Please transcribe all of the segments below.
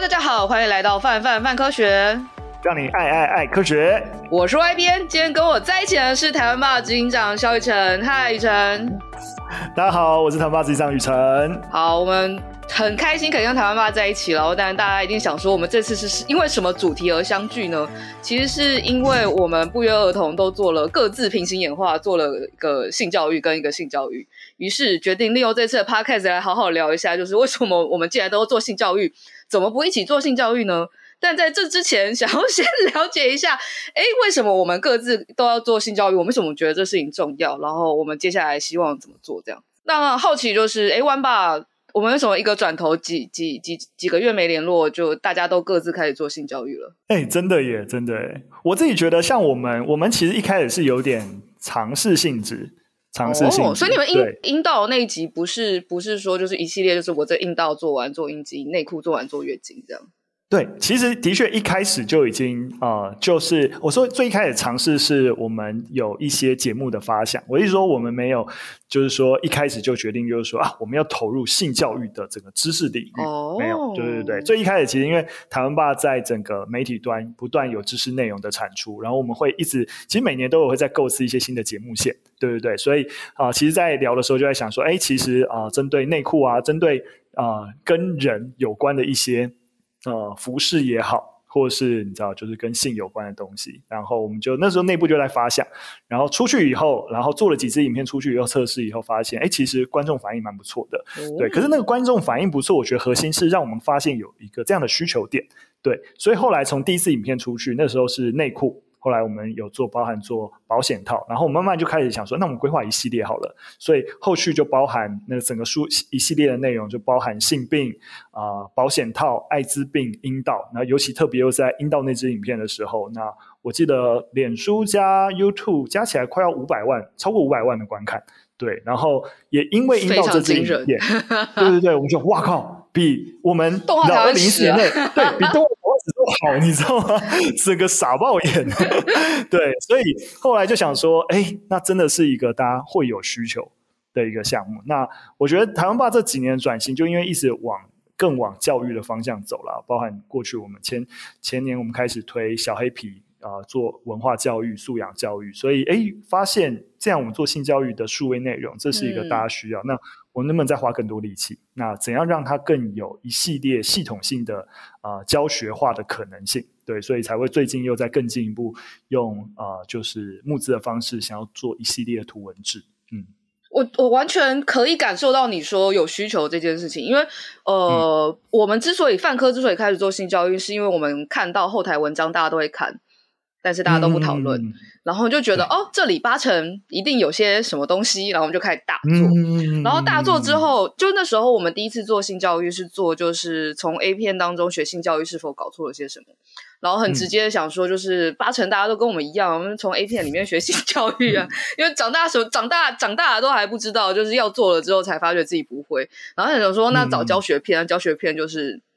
大家好，欢迎来到范科学， 让你爱科学。 我是 Y 编，今天跟我在一起的是台湾吧执行长萧雨辰。嗨，雨辰。 大家好，我是台湾吧执行长雨辰。 好，我们很开心可以跟台湾吧在一起了，但大家一定想说，我们这次是因为什么主题而相聚呢？其实是因为我们不约而同都做了各自平行演化，做了一个性教育跟一个性教育，于是决定利用这次的 podcast 来好好聊一下，就是为什么我们既然都做性教育，怎么不一起做性教育呢？但在这之前，想要先了解一下，为什么我们各自都要做性教育？我们为什么觉得这事情重要？然后我们接下来希望怎么做？这样，那好奇就是，湾爸，我们为什么一个转头几个月没联络，就大家都各自开始做性教育了？ 真的耶，真的耶！我自己觉得，像我们其实一开始是有点尝试性质。 所以你们阴道那一集不是说就是一系列，就是我这阴道做完做阴茎，内裤做完做月经这样。 对，其实的确一开始就已经就是我说最一开始尝试是我们有一些节目的发想，我意思说我们没有就是说一开始就决定就是说我们要投入性教育的整个知识领域，没有，对，最一开始其实因为台湾吧在整个媒体端不断有知识内容的产出，然后我们会一直其实每年都有会在构思一些新的节目线，对，所以其实在聊的时候就在想说其实针对内裤针对跟人有关的一些服饰也好，或是你知道就是跟性有关的东西，然后我们就那时候内部就在发想，然后出去以后，然后做了几支影片出去以后测试以后发现其实观众反应蛮不错的，对，可是那个观众反应不错，我觉得核心是让我们发现有一个这样的需求点，对，所以后来从第一次影片出去，那时候是内裤，后来我们有包含做保险套，然后我们慢慢就开始想说那我们规划一系列好了，所以后续就包含那整个书一系列的内容，就包含性病保险套、艾滋病、阴道，然后尤其特别又在阴道那支影片的时候，那我记得脸书加 YouTube 加起来快要500万，超过500万的观看，对，然后也因为阴道这支影片对，我们就哇靠，比我们动画台湾史 2010年对，比动画台湾史都好，你知道吗？整个傻爆眼对，所以后来就想说那真的是一个大家会有需求的一个项目。那我觉得台湾吧这几年的转型就因为一直更往教育的方向走了，包含过去我们前年我们开始推小黑皮做文化教育、素养教育，所以发现这样我们做性教育的数位内容，这是一个大家需要。那我们能不能再花更多力气？那怎样让它更有一系列系统性的教学化的可能性？对，所以才会最近又再更进一步用就是募资的方式，想要做一系列的图文制。 我完全可以感受到你说有需求这件事情，因为我们范科之所以开始做性教育，是因为我们看到后台文章大家都会看，但是大家都不讨论，然后就觉得这里8成一定有些什么东西，然后我们就开始大做，然后大做之后，就那时候我们第一次做性教育是做就是从 A 片当中学性教育是否搞错了些什么，然后很直接的想说就是8成大家都跟我们一样，我们从 A 片里面学性教育啊，因为长大了都还不知道，就是要做了之后才发觉自己不会，然后想说那找教学片，教学片就是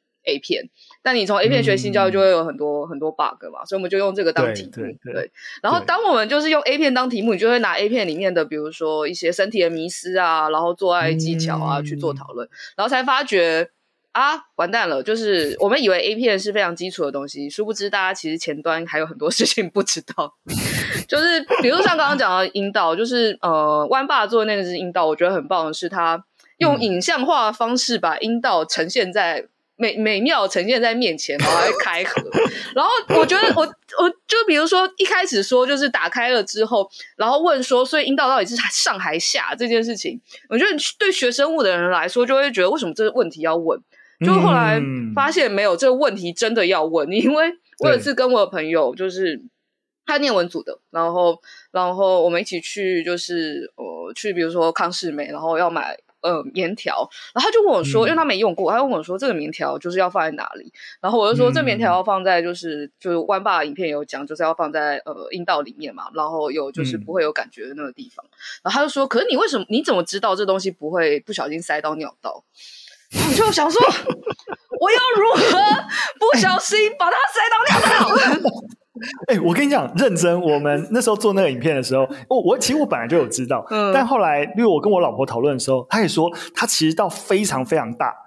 A 片，但你从 A 片学性教育就会有很多 bug 嘛，所以我们就用这个当题目，对。然后当我们就是用 A 片当题目，你就会拿 A 片里面的比如说一些身体的迷思啊，然后做爱技巧去做讨论，然后才发觉完蛋了，就是我们以为 A 片是非常基础的东西，殊不知大家其实前端还有很多事情不知道就是比如像刚刚讲的阴道，就是湾爸做的那只阴道，我觉得很棒的是他用影像化的方式把阴道呈现在美妙呈现在面前，然后还会开合然后我觉得我就比如说一开始说就是打开了之后，然后问说所以阴道到底是上还下这件事情，我觉得对学生物的人来说就会觉得为什么这个问题要问，就后来发现没有这个问题真的要问，因为我有一次跟我的朋友就是他念文组的，然后我们一起去就是去比如说康士美，然后要买棉条，然后他就问我说因为他没用过，他问我说这个棉条就是要放在哪里，然后我就说这棉条要放在就是湾爸影片有讲就是要放在阴道里面嘛，然后有就是不会有感觉的那个地方，然后他就说可是你怎么知道这东西不会不小心塞到尿道，我就想说我要如何不小心把它塞到尿道我跟你讲认真，我们那时候做那个影片的时候其实我本来就有知道但后来因为我跟我老婆讨论的时候，她也说她其实到非常非常大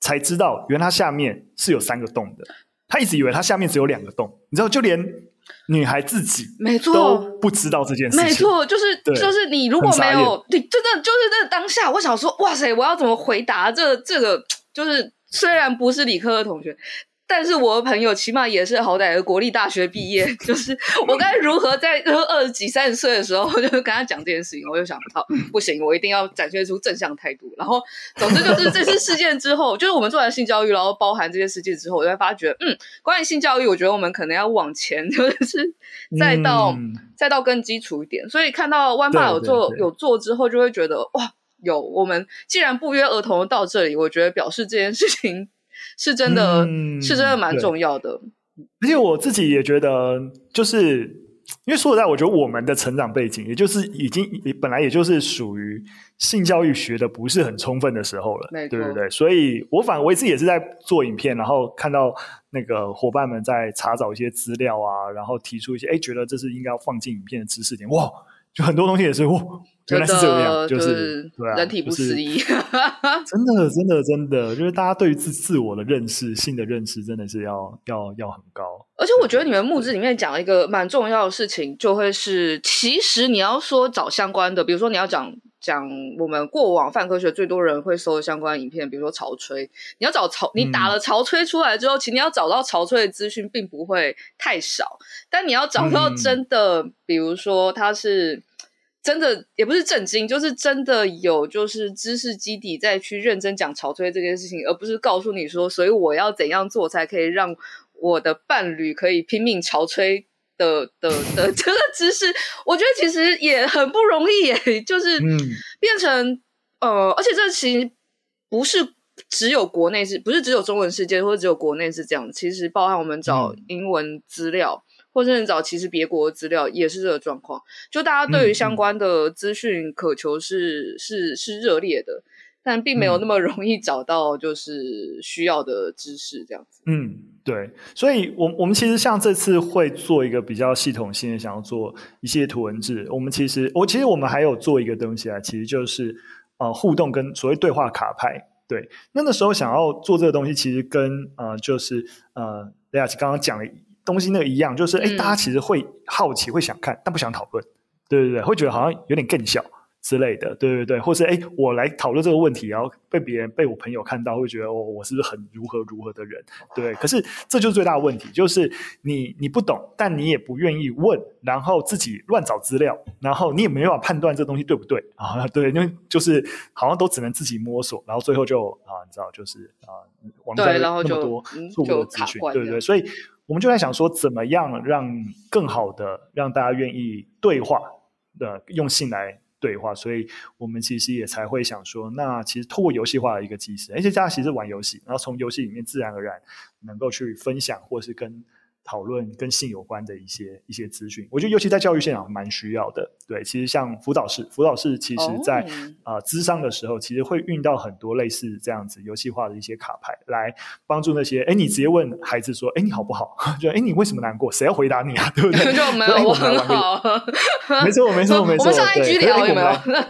才知道原来它下面是有3个洞的。他一直以为他下面只有2个洞，你知道，就连女孩自己没错都不知道这件事情。 没错，就是你如果没有，你真的就是那当下，我想说，哇塞，我要怎么回答这个？就是虽然不是理科的同学。但是我的朋友起码也是好歹的国立大学毕业，就是我该如何在20几30岁的时候就跟他讲这件事情，我就想好不行，我一定要展现出正向态度。然后总之就是这次事件之后，就是我们做完性教育，然后包含这些事件之后，我就会发觉关于性教育，我觉得我们可能要往前，就是再到更基础一点。所以看到湾爸有做之后，就会觉得哇，我们既然不约而同到这里，我觉得表示这件事情是真的蛮重要的。 而且我自己也觉得，就是因为说实在，我觉得我们的成长背景，也就是本来也就是属于性教育学的不是很充分的时候了，对不对？所以我自己也是在做影片，然后看到那个伙伴们在查找一些资料啊，然后提出一些觉得这是应该要放进影片的知识点，哇，就很多东西也是哇，原来是这样，就是对啊， 人体不思议， 真的，就是大家对于自我的认识、性的认识，真的是要很高。 而且我觉得你们募资里面讲了一个蛮重要的事情，就会是其实你要说找相关的，比如说你要讲我们过往泛科学最多人会搜的相关影片，比如说潮吹，你要你打了潮吹出来之后，其实你要找到潮吹的资讯并不会太少，但你要找到真的，比如说它是真的也不是正经，就是真的有就是知识基底再去认真讲潮吹这件事情，而不是告诉你说，所以我要怎样做才可以让我的伴侣可以拼命潮吹的这个知识，我觉得其实也很不容易耶，就是变成而且这其实不是只有国内不是只有中文世界或者只有国内是这样，其实包含我们找英文资料或者是找其实别国的资料也是这个状况，就大家对于相关的资讯渴求是热烈的，但并没有那么容易找到就是需要的知识这样子。 对，所以我们其实像这次会做一个比较系统性的，想要做一些图文字。我们其实我们还有做一个东西啊，其实就是互动跟所谓对话卡牌。对，那时候想要做这个东西，其实跟就是雷雅琪刚刚讲的东西那个一样，就是大家其实会好奇，会想看，但不想讨论，对，会觉得好像有点更小之类的，对，或是我来讨论这个问题，然后被我朋友看到，会觉得我是不是很如何的人，对。可是这就是最大的问题，就是你不懂，但你也不愿意问，然后自己乱找资料，然后你也没办法判断这东西对不对啊？对，因为就是好像都只能自己摸索，然后最后就你知道，就是网站那么多错误的资讯，对，所以我们就在想说，怎么样让更好的让大家愿意对话的用性来对话，所以我们其实也才会想说，那其实透过游戏化的一个机制，而且大家其实玩游戏，然后从游戏里面自然而然能够去分享，或是跟讨论跟性有关的一些资讯，我觉得尤其在教育现场蛮需要的。对，其实像辅导室其实在咨商的时候，其实会运到很多类似这样子游戏化的一些卡牌，来帮助那些你直接问孩子说你好不好，就你为什么难过，谁要回答你啊，对不对？ 就没有，我很好， 没错，我们上 IG 聊有没有？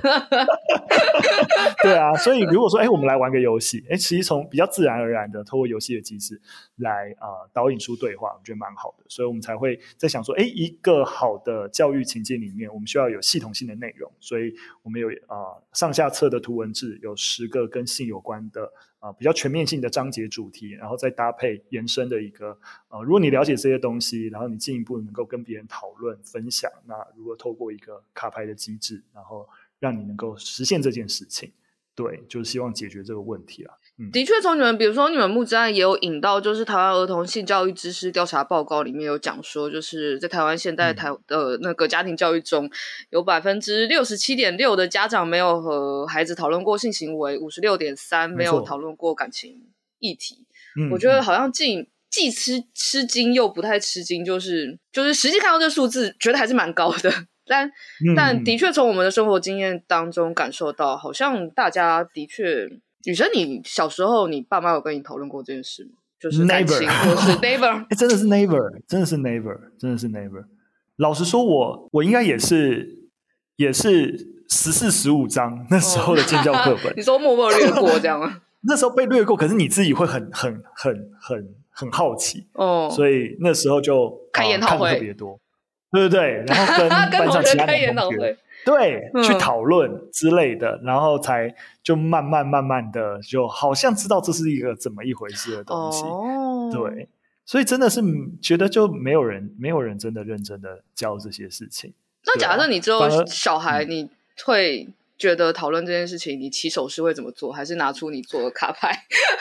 对啊，所以如果说我们来玩个游戏，其实从比较自然而然的透过游戏的机制来导引出对话，我觉得蛮好的，所以我们才会在想说一个好的教育情境里面，我们需要有系统性的内容，所以我们有上下册的图文字，有10个跟性有关的比较全面性的章节主题，然后再搭配延伸的一个如果你了解这些东西，然后你进一步能够跟别人讨论分享，那如果透过一个卡牌的机制，然后让你能够实现这件事情，对，就是希望解决这个问题啦。 的确，从比如说你们募资案也有引到，就是台湾儿童性教育知识调查报告里面有讲说，就是在台湾现代的那个家庭教育中，有 67.6% 的家长没有和孩子讨论过性行为， 56.3% 没有讨论过感情议题。我觉得好像既吃惊又不太吃惊，就是实际看到这个数字觉得还是蛮高的，但的确从我们的生活经验当中感受到，好像大家的确，女生你小时候你爸妈有跟你讨论过这件事吗？就是感情或是 never 真的是 never。 老实说我应该也是14、15章那时候的建教课本你说默默略过这样吗？ 那时候被略过，可是你自己会很好奇所以那时候就开研讨会看特别多，对对对，然后跟班上其他的同学对去讨论之类的，然后才就慢慢的就好像知道这是一个怎么一回事的东西对，所以真的是觉得就没有人真的认真的教这些事情。 那假设你之后小孩你会觉得讨论这件事情你起手式会怎么做，还是拿出你做的卡牌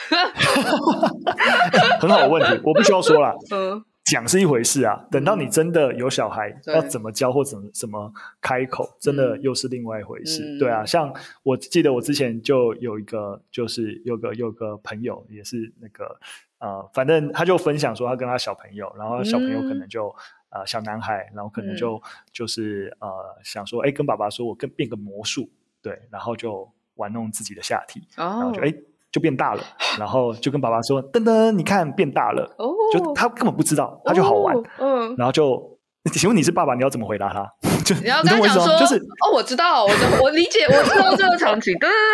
很好的问题，我不需要说啦讲是一回事啊，等到你真的有小孩要怎么教或怎么开口真的又是另外一回事对啊，像我记得我之前就有一个就是有个朋友也是那个反正他就分享说他跟他小朋友，然后小朋友可能就小男孩，然后可能就是想说跟爸爸说我变个魔术对，然后就玩弄自己的下体然后就变大了，然后就跟爸爸说噔噔你看变大了就他根本不知道他就好玩然后就请问你是爸爸你要怎么回答他就你要跟他讲说就是我知道我理解我知道这个场景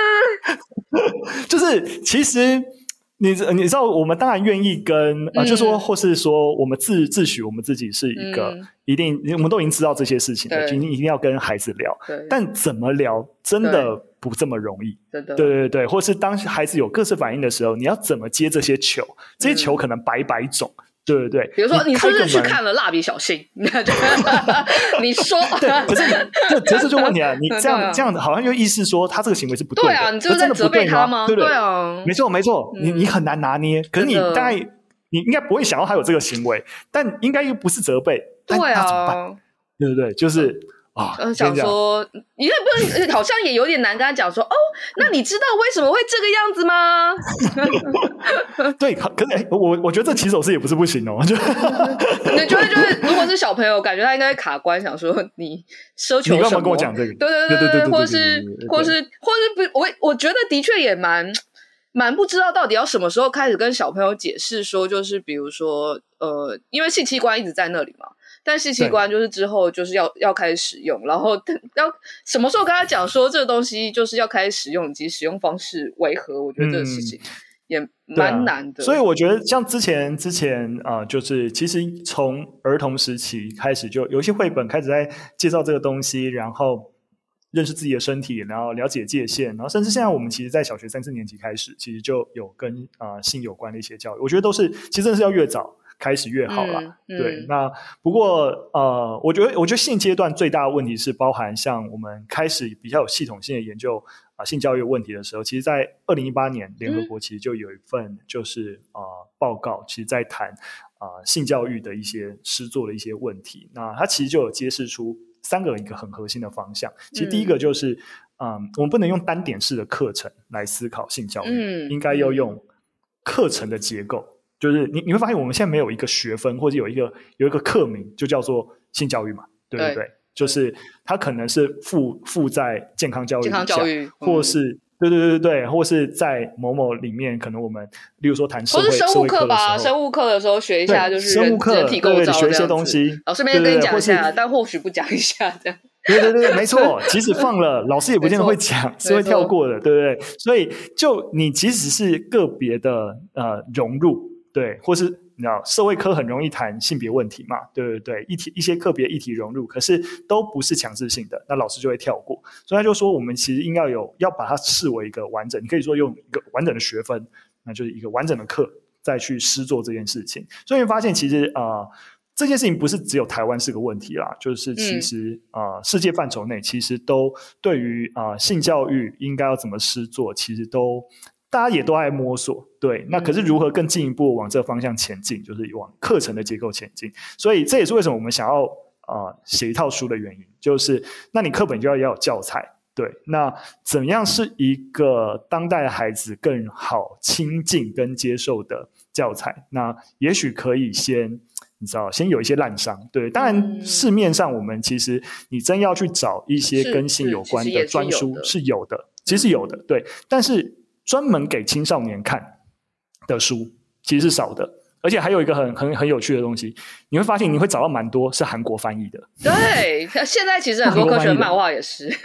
就是其实你知道我们当然愿意跟就说或是说我们自诩我们自己是一个一定我们都已经知道这些事情了，就一定要跟孩子聊但怎么聊真的不这么容易对对对，或是当孩子有各式反应的时候你要怎么接这些球这些球可能百种对对对， 比如说你是不是去看了蜡笔小新你说对，可是这就问题了你这样好像就意思说他这个行为是不对的， 对啊，你这是在责备他吗？ 对不对？ 对啊， 没错你很难拿捏，可是你大概你应该不会想到他有这个行为，但应该又不是责备， 对啊， 那怎么办？对不对？就是想说你不能好像也有点难跟他讲说那你知道为什么会这个样子吗对，可是我觉得这起手式也不是不行你就会如果是小朋友感觉他应该会卡关想说你奢求什么， 你干嘛跟我讲这个对或是我觉得的确也蛮不知道到底要什么时候开始跟小朋友解释说就是比如说因为性器官一直在那里嘛，但性器官就是之后就是要开始使用，然后要什么时候跟他讲说这个东西就是要开始使用以及使用方式为何，我觉得这个事情也蛮难的所以我觉得像之前就是其实从儿童时期开始就有一些绘本开始在介绍这个东西，然后认识自己的身体，然后了解界限，然后甚至现在我们其实在小学3、4年级开始其实就有跟性有关的一些教育，我觉得都是其实真的是要越早开始越好啦对，那不过我觉得现阶段最大的问题是包含像我们开始比较有系统性的研究性教育问题的时候，其实在2018年联合国其实就有一份就是报告，其实在谈性教育的一些施作的一些问题，那它其实就有揭示出3个一个很核心的方向。其实第一个就是我们不能用单点式的课程来思考性教育应该要用课程的结构，就是你会发现我们现在没有一个学分或者有一个课名就叫做性教育嘛，对不对？就是它可能是附在健康教育底下或是对，或是在某某里面可能我们例如说谈社会或是生物课吧，生物课的时候学一下就是生物课人体构造学一些东西顺便跟你讲一下但或许不讲一下这样对没错即使放了老师也不见得会讲是会跳过的对不对？所以就你即使是个别的融入对，或是你知道社会科很容易谈性别问题嘛，对一些个别议题融入，可是都不是强制性的，那老师就会跳过，所以他就说我们其实应该要把它视为一个完整，你可以说用一个完整的学分，那就是一个完整的课再去施做这件事情。所以你发现其实这件事情不是只有台湾是个问题啦，就是其实世界范畴内其实都对于性教育应该要怎么施做，其实都大家也都在摸索，对，那可是如何更进一步往这个方向前进，就是往课程的结构前进。所以这也是为什么我们想要写一套书的原因，就是那你课本就要有教材，对，那怎样是一个当代孩子更好亲近跟接受的教材，那也许可以先有一些滥觞，对，当然市面上我们其实你真要去找一些跟性有关的专书是有的，其实有的，对，但是专门给青少年看的书其实是少的，而且还有一个很有趣的东西，你会发现你会找到蛮多是韩国翻译的。 对，现在其实很多科学漫画也是。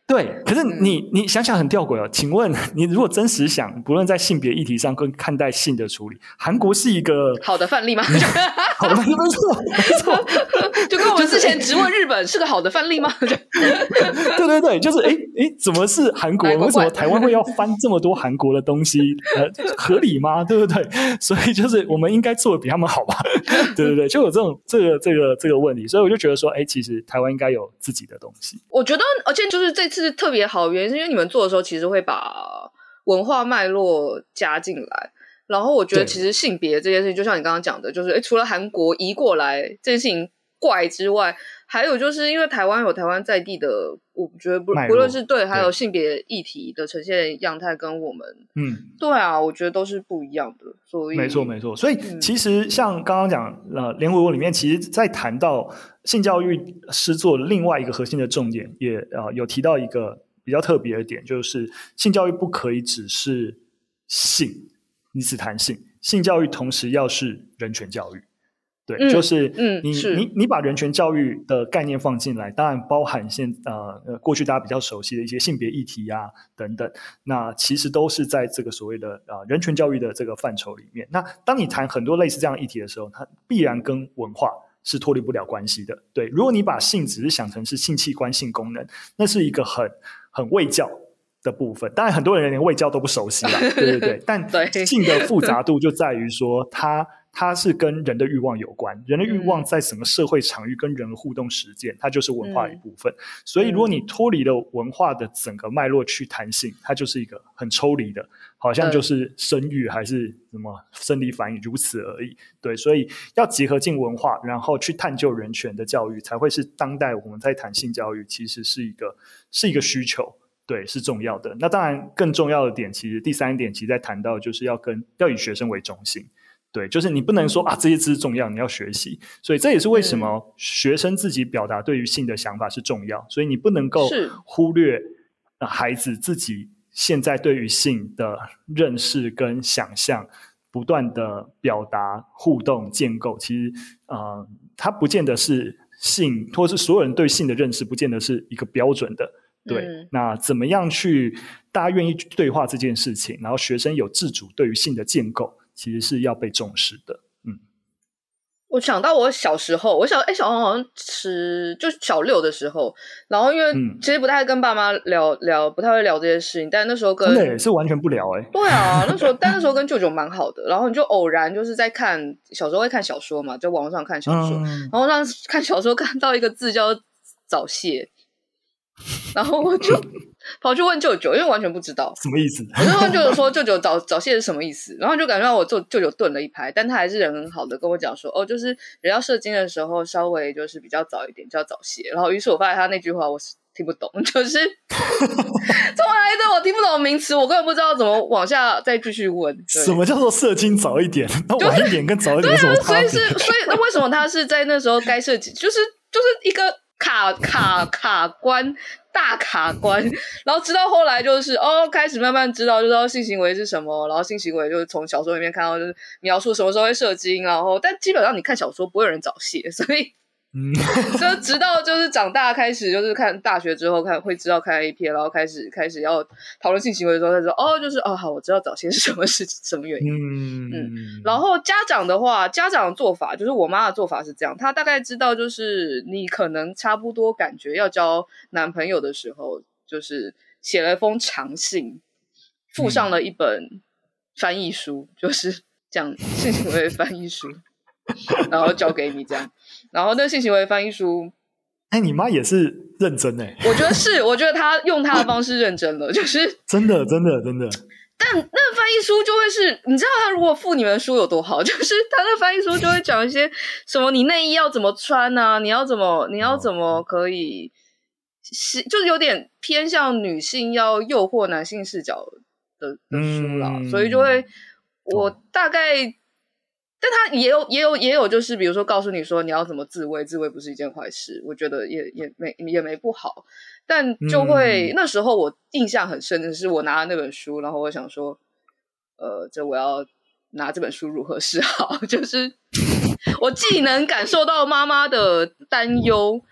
对，可是你想想很吊诡哦。请问你如果真实想，不论在性别议题上跟看待性的处理，韩国是一个好的范例吗？ 好的范例，没错，没错， 就跟我们之前质问日本是个好的范例吗？ 对对对，就是怎么是韩国？为什么台湾会要翻这么多韩国的东西？合理吗？对不对？所以就是我们应该做的比他们好吧？对对对，就有这个问题，所以我就觉得说，其实台湾应该有自己的东西。 我觉得，而且就是这次特别好的原因，是因为你们做的时候，其实会把文化脉络加进来。然后我觉得，其实性别这件事情，就像你刚刚讲的，就是除了韩国移过来这件事情怪之外，还有就是因为台湾有台湾在地的，我觉得不论是对，还有性别议题的呈现样态，跟我们对啊，我觉得都是不一样的。所以没错没错，所以其实像刚刚讲联合国里面，其实在谈到性教育施作另外一个核心的重点，也有提到一个比较特别的点，就是性教育不可以只是性，你只谈性，性教育同时要是人权教育。对，就是你把人权教育的概念放进来，当然包含过去大家比较熟悉的一些性别议题啊等等，那其实都是在这个所谓的人权教育的这个范畴里面。那当你谈很多类似这样的议题的时候，它必然跟文化是脱离不了关系的。对，如果你把性只是想成是性器官、性功能，那是一个很卫教的部分。当然很多人连卫教都不熟悉啦，对对对。但性的复杂度就在于说它是跟人的欲望有关，人的欲望在整个社会场域跟人的互动实践，它就是文化的一部分。所以如果你脱离了文化的整个脉络去谈性，它就是一个很抽离的，好像就是生育还是什么生理反应如此而已。对，所以要结合进文化，然后去探究人权的教育，才会是当代我们在谈性教育其实是一个需求。对，是重要的。那当然更重要的点，其实第三点其实在谈到就是要以学生为中心。对，就是你不能说这些知识重要，你要学习。所以这也是为什么学生自己表达对于性的想法是重要。所以你不能够忽略孩子自己现在对于性的认识跟想象，不断的表达、互动、建构。其实它不见得是性，或是所有人对性的认识不见得是一个标准的。对，那怎么样去大家愿意去对话这件事情，然后学生有自主对于性的建构，其实是要被重视的。 我想到我小时候，小时候好像就是小6的时候，然后因为其实不太跟爸妈聊，不太会聊这些事情，但那时候跟真的也是完全不聊对啊，那时候跟舅舅蛮好的，然后你就偶然就是在小时候会看小说嘛，就网络上看小说，然后看小说看到一个字叫早泄，然后我就跑去问舅舅，因为完全不知道什么意思。 我就问舅舅说舅舅早泄是什么意思，然后就感觉到我舅舅顿了一拍，但他还是人很好的跟我讲说就是人要射精的时候稍微就是比较早一点叫早泄，然后于是我发现他那句话我是听不懂，就是从来的我听不懂的名词，我根本不知道怎么往下再继续问。 什么叫做射精早一点？那晚一点跟早一点有什么差别？ 所以那为什么他是在那时候该射精，就是一个卡关大卡关，然后直到后来就是开始慢慢知道性行为是什么，然后性行为就是从小说里面看到就是描述什么时候会射精，然后但基本上你看小说不会有人早泄，所以就直到就是长大开始就是看大学之后会知道看 A 片，然后开始要讨论性行为的时候他说就是好我知道早泄是什么事情什么原因。然后家长的做法就是我妈的做法是这样，她大概知道就是你可能差不多感觉要交男朋友的时候，就是写了一封长信，附上了一本翻译书，就是讲性行为翻译书然后交给你这样，然后那性行为翻译书你妈也是认真我觉得她用她的方式认真了，就是真的但那个翻译书就会是你知道他如果附你们书有多好，就是他那个翻译书就会讲一些什么你内衣要怎么穿啊，你要怎么可以就是有点偏向女性要诱惑男性视角的书啦，所以就会我大概但他也有就是比如说告诉你说你要怎么自慰不是一件坏事，我觉得也没不好，但就会那时候我印象很深的是我拿了那本书，然后我想说这我要拿这本书如何是好，就是我既能感受到妈妈的担忧，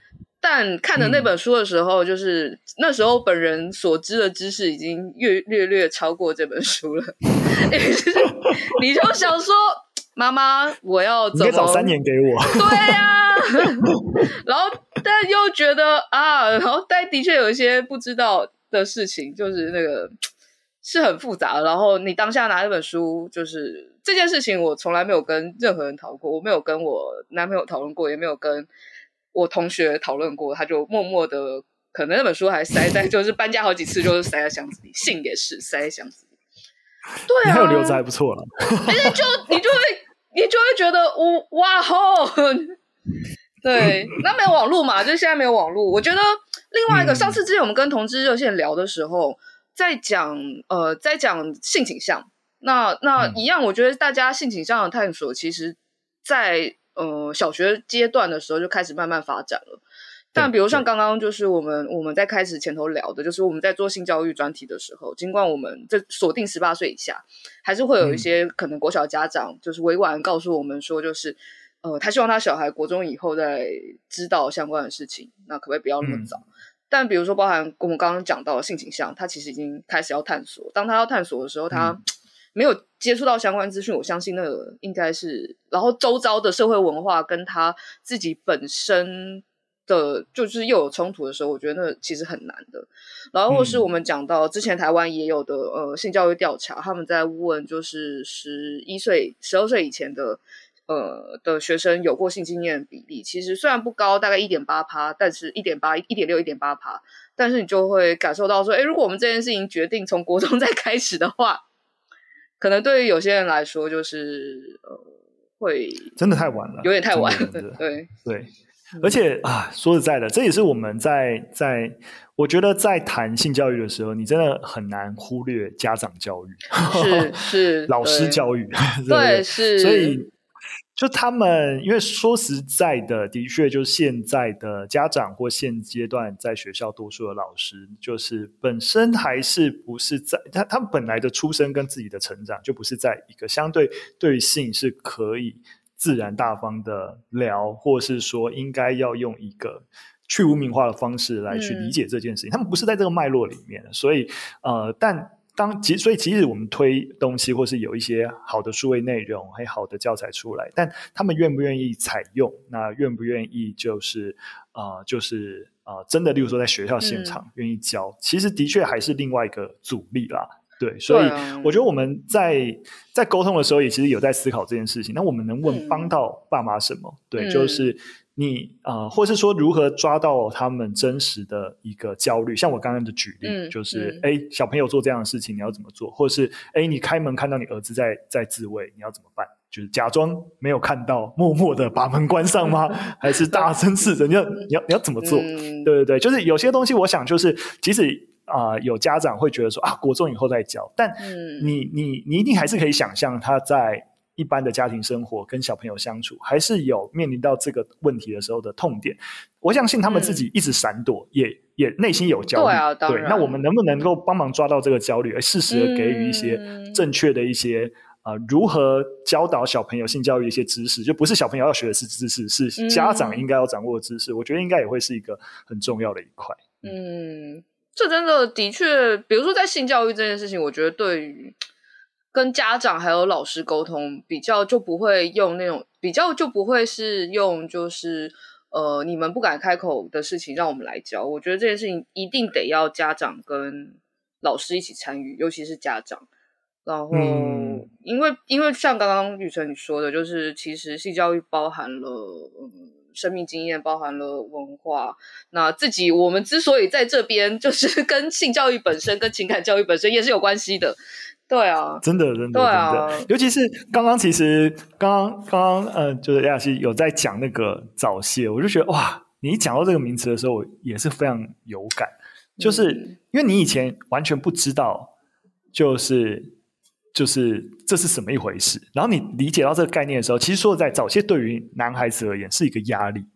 但看的那本书的时候，就是那时候本人所知的知识已经略超过这本书了。你就想说，妈妈，我要怎么？ 你可以早3年给我。 对啊，然后但又觉得啊，然后但的确有一些不知道的事情，就是那个是很复杂的。然后你当下拿一本书，就是这件事情，我从来没有跟任何人讨论过，我没有跟我男朋友讨论过，也没有跟我同学讨论过，他就默默的，可能那本书还塞在，就是搬家好几次，就是塞在箱子里，信也是塞在箱子里。对啊， 你还有留着还不错了。 你就会觉得哇吼，对，那没有网络嘛，就是现在没有网络。我觉得另外一个，上次之前我们跟同志热线聊的时候，在讲性倾向，那一样，我觉得大家性倾向的探索，其实在小学阶段的时候就开始慢慢发展了。但比如像刚刚就是我们在开始前头聊的，就是我们在做性教育专题的时候，尽管我们这锁定18岁以下，还是会有一些可能国小家长就是委婉告诉我们说，就是他希望他小孩国中以后再知道相关的事情，那可不可以不要那么早？但比如说包含我们刚刚讲到的性倾向，他其实已经开始要探索。当他要探索的时候，他没有接触到相关资讯，我相信那个应该是，然后周遭的社会文化跟他自己本身的就是又有冲突的时候，我觉得那其实很难的。然后或是我们讲到之前台湾也有的性教育调查，他们在问就是11岁、12岁以前的学生有过性经验的比例，其实虽然不高，大概 1.8%， 但是 1.8、1.6、1.8%， 但是你就会感受到说，如果我们这件事情决定从国中再开始的话，可能对于有些人来说就是会真的太晚了， 有点太晚了。 对，而且说实在的，这也是我们在我觉得在谈性教育的时候，你真的很难忽略家长教育， 是老师教育， 对，是， 所以就他们，因为说实在的，的确就是现在的家长或现阶段在学校多数的老师，就是本身还是不是在他们本来的出身跟自己的成长，就不是在一个相对对性是可以自然大方的聊，或是说应该要用一个去污名化的方式来去理解这件事情，他们不是在这个脉络里面，所以所以即使我们推东西或是有一些好的数位内容还有好的教材出来，但他们愿不愿意采用，那愿不愿意就是真的例如说在学校现场愿意教，其实的确还是另外一个阻力啦。对，所以我觉得我们在沟通的时候也其实有在思考这件事情，那我们能不能帮到爸妈什么？对，就是你或是说如何抓到他们真实的一个焦虑，像我刚刚的举例，就是小朋友做这样的事情你要怎么做，或是你开门看到你儿子在自慰你要怎么办，就是假装没有看到默默的把门关上吗？还是大声斥责？你要怎么做？对，就是有些东西我想就是即使有家长会觉得说国中以后再教，但你一定还是可以想象他在一般的家庭生活跟小朋友相处还是有面临到这个问题的时候的痛点，我相信他们自己一直闪躲也内心有焦虑，对，那我们能不能够帮忙抓到这个焦虑，而适时的给予一些正确的一些如何教导小朋友性教育的一些知识，就不是小朋友要学的是知识，是家长应该要掌握的知识，我觉得应该也会是一个很重要的一块。 这真的确，比如说在性教育这件事情，我觉得对于跟家长还有老师沟通，比较就不会用那种，比较就不会是用就是你们不敢开口的事情让我们来教。我觉得这件事情一定得要家长跟老师一起参与，尤其是家长。然后因为像刚刚雨辰你说的，就是其实性教育包含了生命经验，包含了文化，那我们之所以在这边，就是跟性教育本身跟情感教育本身也是有关系的。对啊， 真的对啊，尤其是刚刚就是就是亚西有在讲那个早泄，我就觉得哇，你一讲到这个名词的时候也是非常有感，就是因为你以前完全不知道就是这是什么一回事，然后你理解到这个概念的时候，其实说在早泄对于男孩子而言是一个压力，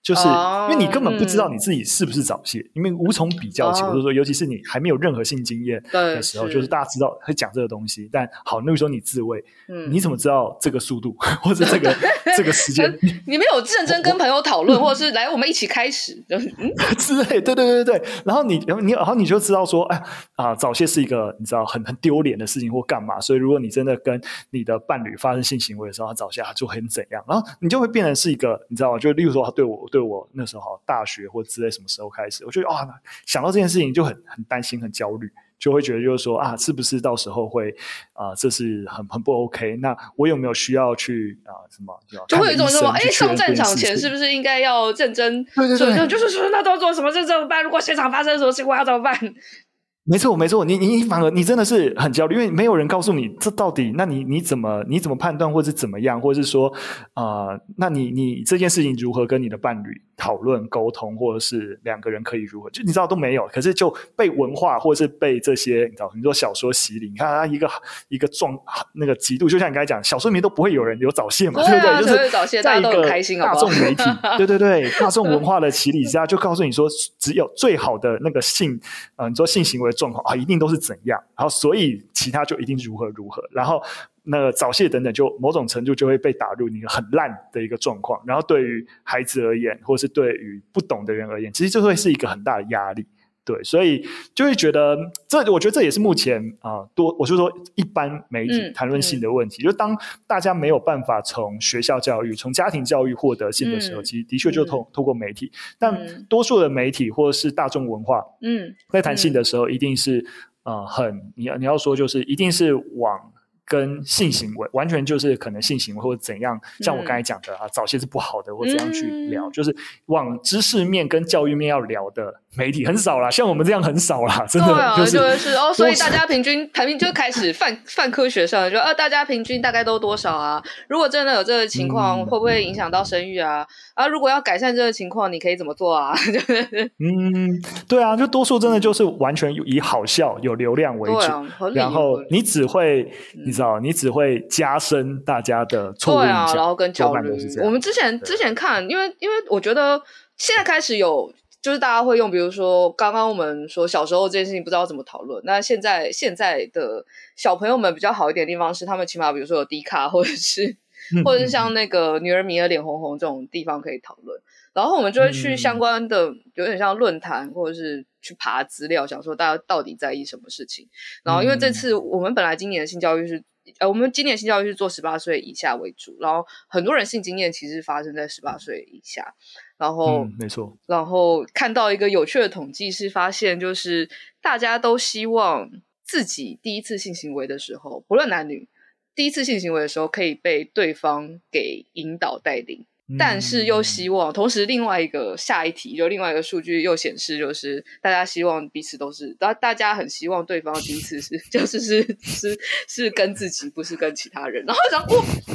就是因为你根本不知道你自己是不是早泄，因为无从比较起，或者说尤其是你还没有任何性经验的时候，就是大家知道会讲这个东西，但好，那个时候你自慰，你怎么知道这个速度或者这个时间？ 你没有认真跟朋友讨论，或者是来我们一起开始， 之类，对，然后你就知道说，早泄是一个你知道很丢脸的事情或干嘛，所以如果你真的跟你的伴侣发生性行为的时候，他早泄他就很怎样，然后你就会变成是一个你知道吗？就例如说他对我那时候大学或之类什么时候开始，我觉得想到这件事情就很担心很焦虑，就会觉得就是说是不是到时候会这是很不 OK？ 那我有没有需要去什么？ 就会有一种说，上战场前是不是应该要认真？对，就是说那都做什么事怎么办？如果现场发生什么情况要怎么办？ 没错，你反而你真的是很焦虑，因为没有人告诉你这到底，那你怎么判断，或是怎么样，或是说那你这件事情如何跟你的伴侣讨论沟通，或者是两个人可以如何，就你知道都没有，可是就被文化或是被这些你知道很多小说洗礼，你看它一个那个极度，就像你刚才讲，小说里面都不会有人有早泄嘛，对不对？就是在一个大众媒体，对，大众文化的洗礼之下，就告诉你说，只有最好的那个你说性行为状况一定都是怎样，然后所以其他就一定如何，然后那个早泄等等就某种程度就会被打入一个很烂的一个状况，然后对于孩子而言或是对于不懂的人而言，其实就会是一个很大的压力。对，所以就会觉得我觉得这也是目前我就说一般媒体谈论性的问题，就当大家没有办法从学校教育从家庭教育获得性的时候，其实的确就透过媒体，但多数的媒体或是大众文化在谈性的时候一定是你要说就是一定是往跟性行为完全就是可能性行为或者怎样，像我刚才讲的早泄是不好的或怎样去聊，就是往知识面跟教育面要聊的媒体很少啦，像我们这样很少啦，真的就是所以大家平均就开始泛科学上就大家平均大概都多少啊？如果真的有这个情况，会不会影响到生育啊？如果要改善这个情况，你可以怎么做啊？ 对啊，就多数真的就是完全以好笑有流量为主，然后你只会你知道，你只会加深大家的错误印象， 然后跟焦虑。我们之前看，因为我觉得现在开始有，就是大家会用，比如说刚刚我们说小时候这件事情不知道怎么讨论，那现在的小朋友们比较好一点的地方是，他们起码比如说有 D 卡或者是像那个女儿迷儿脸红红这种地方可以讨论。然后我们就会去相关的有点像论坛或者是去爬资料，想说大家到底在意什么事情。然后因为这次我们本来今年的性教育是我们今年性教育是做18岁以下为主，然后很多人性经验其实发生在18岁以下。然后没错， 然后看到一个有趣的统计是发现，就是大家都希望自己第一次性行为的时候，不论男女，第一次性行为的时候可以被对方给引导带领。但是又希望同时另外一个下一题就另外一个数据又显示，就是大家希望彼此都是大家很希望对方的第一次是跟自己，不是跟其他人。然后想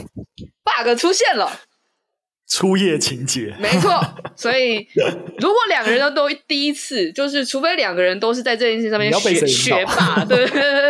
bug 出现了， 初夜情节， 没错。所以如果两个人都第一次，就是除非两个人都是在这件事上面学霸，对，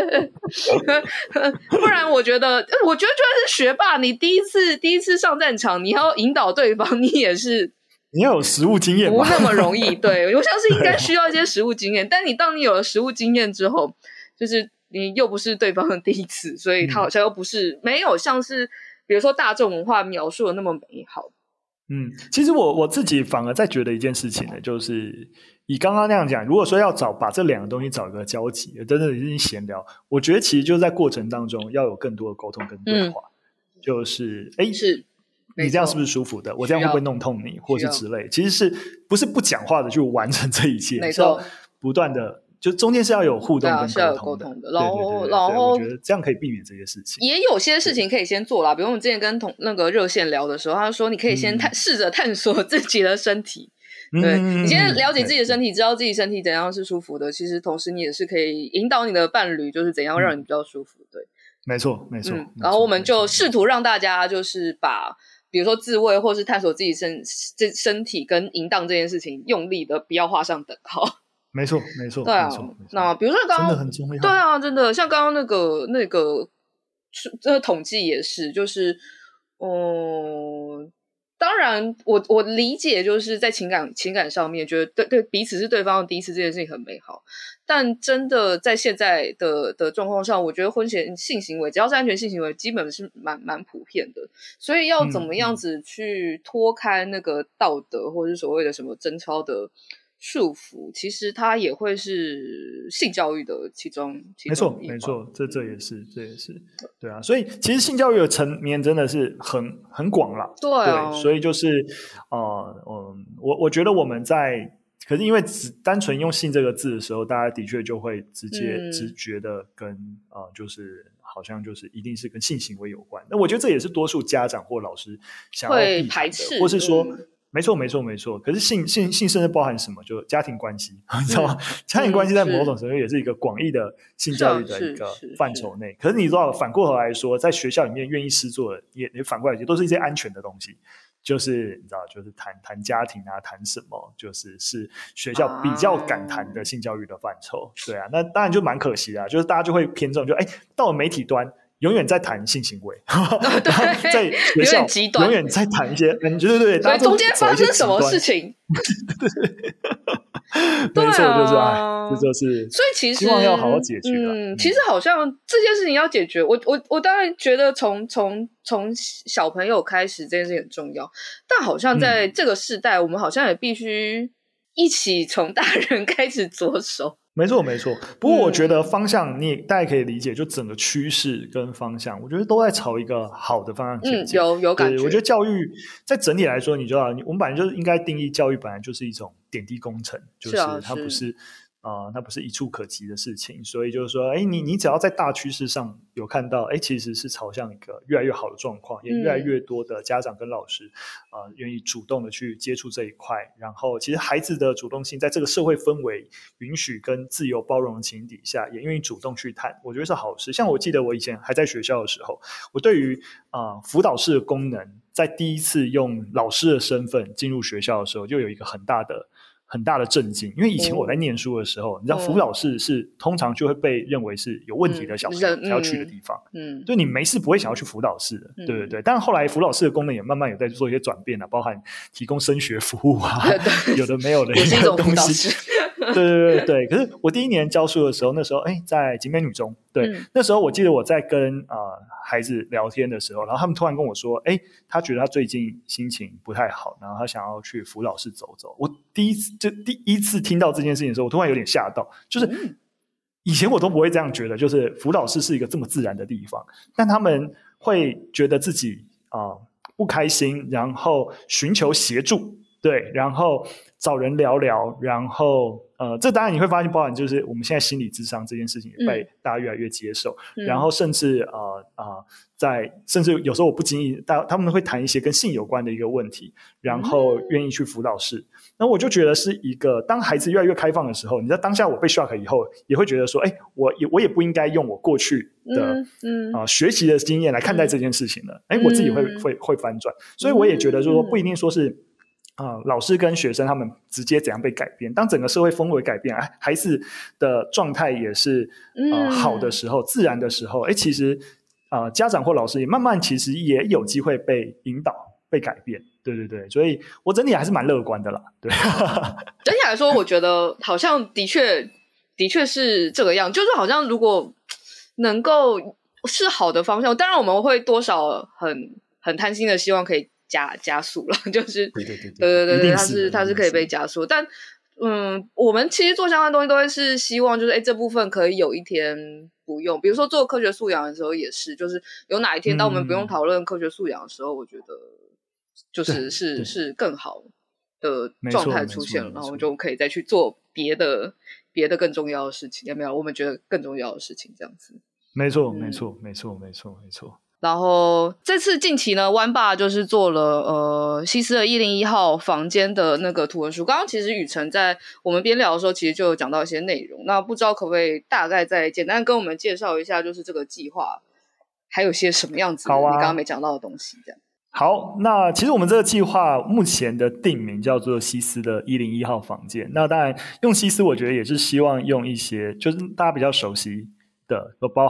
不然我觉得就算是学霸，你第一次上战场，你要引导对方，你也是你要有实务经验， 不那么容易。对，我相信应该需要一些实务经验，但当你有了实务经验之后，就是你又不是对方的第一次，所以他好像又不是没有像是比如说大众文化描述的那么美好。 其实我自己反而在觉得一件事情呢，就是以刚刚那样讲，如果说要把这两个东西找一个交集，真的已经闲聊，我觉得其实就是在过程当中要有更多的沟通跟对话，就是是你这样是不是舒服的？我这样会不会弄痛你，或是之类？其实是不是不讲话的去完成这一切？ 没错， 不断的。就中间是要有互动跟沟通的， 然后我觉得这样可以避免这些事情。 也有些事情可以先做啦，比如我们之前跟那个热线聊的时候，他说你可以先试着探索自己的身体，对，你先了解自己的身体，知道自己身体怎样是舒服的，其实同时你也是可以引导你的伴侣，就是怎样让你比较舒服，对， 没错。 然后我们就试图让大家就是把比如说自慰或是探索自己身体跟淫荡这件事情用力的不要画上等号。 没错， 对啊。那比如说刚刚真的很重要， 对啊，真的像刚刚那个这个统计也是，就是当然我理解，就是在情感上面觉得对彼此是对方的第一次这件事情很美好，但真的在现在的状况上，我觉得婚前性行为只要是安全性行为基本是蛮普遍的，所以要怎么样子去脱开那个道德或者是所谓的什么贞操的束缚，其实它也会是性教育的其中没错没错，这也是对啊，所以其实性教育的层面真的是很广啦， 对啊， 对，所以就是我觉得我们可是因为只单纯用性这个字的时候，大家的确就会直觉的跟就是好像就是一定是跟性行为有关，那我觉得这也是多数家长或老师想要避排斥， 或是说没错，可是性甚至包含什么？就家庭关系，你知道吗？家庭关系在某种程度也是一个广义的性教育的一个范畴内。可是你知道，反过头来说，在学校里面愿意施作的，也反过来也都是一些安全的东西。就是你知道，就是谈家庭啊，谈什么，就是学校比较敢谈的性教育的范畴。对啊，那当然就蛮可惜的，就是大家就会偏重，就到了媒体端。永远在谈性行为，在学校永远在谈一些，对， 所以中间发生什么事情？ 对，没错，这就是， 所以其实希望要好好解决。 其实好像这件事情要解决，我当然觉得从小朋友开始这件事情很重要，但好像在这个世代，我们好像也必须一起从大人开始着手。 没错，不过我觉得方向你大家可以理解，就整个趋势跟方向，我觉得都在朝一个好的方向前进。 有感觉。 我觉得教育在整体来说，你知道，我们本来就是应该定义教育本来就是一种点滴工程，就是它不是它不是一触可及的事情，所以就是说，你只要在大趋势上有看到，其实是朝向一个越来越好的状况，也越来越多的家长跟老师愿意主动的去接触这一块，然后其实孩子的主动性在这个社会氛围允许跟自由包容的情形底下，也愿意主动去谈，我觉得是好事。像我记得我以前还在学校的时候，我对于辅导室的功能，在第一次用老师的身份进入学校的时候，就有一个很大的震惊，因为以前我在念书的时候，你知道辅导室是通常就会被认为是有问题的小朋友才要去的地方，就你没事不会想要去辅导室的，对。但后来辅导室的功能也慢慢有在做一些转变包含提供升学服务啊，有的没有的一些东西。对。可是我第一年教书的时候，那时候在景美女中，对，那时候我记得我在跟孩子聊天的时候，然后他们突然跟我说，他觉得他最近心情不太好，然后他想要去辅导室走走。我第一次听到这件事情的时候，我突然有点吓到，就是以前我都不会这样觉得，就是辅导室是一个这么自然的地方，但他们会觉得自己不开心，然后寻求协助，对，然后找人聊聊，然后这当然你会发现包含就是我们现在心理諮商这件事情也被大家越来越接受，然后甚至甚至有时候我不经意他们会谈一些跟性有关的一个问题，然后愿意去辅导室。那我就觉得是一个当孩子越来越开放的时候，你在当下我被 shock 以后也会觉得说我也不应该用我过去的学习的经验来看待这件事情了，我自己会翻转。所以我也觉得说不一定说是老师跟学生他们直接怎样被改变，当整个社会氛围改变，孩子的状态也是好的时候，自然的时候，其实家长或老师也慢慢其实也有机会被引导被改变。对，所以我整体还是蛮乐观的啦。对， 整体来说我觉得好像的确是这个样，就是好像如果能够是好的方向，当然我们会多少很贪心的希望可以加速了，就是对，它是可以被加速，但我们其实做相关东西都会是希望就是这部分可以有一天不用，比如说做科学素养的时候也是，就是有哪一天当我们不用讨论科学素养的时候，我觉得就是是更好的状态出现了，然后我们就可以再去做别的更重要的事情，有没有？我们觉得更重要的事情，这样子。没错。然后这次近期呢，湾爸就是做了西斯的101号房间的那个图文书。刚刚其实宇辰在我们边聊的时候，其实就有讲到一些内容。那不知道可不可以大概再简单跟我们介绍一下，就是这个计划还有些什么样子的你刚刚没讲到的东西这样。 好，那其实我们这个计划目前的定名叫做西斯的101号房间。那当然用西斯我觉得也是希望用一些就是大家比较熟悉的，都包含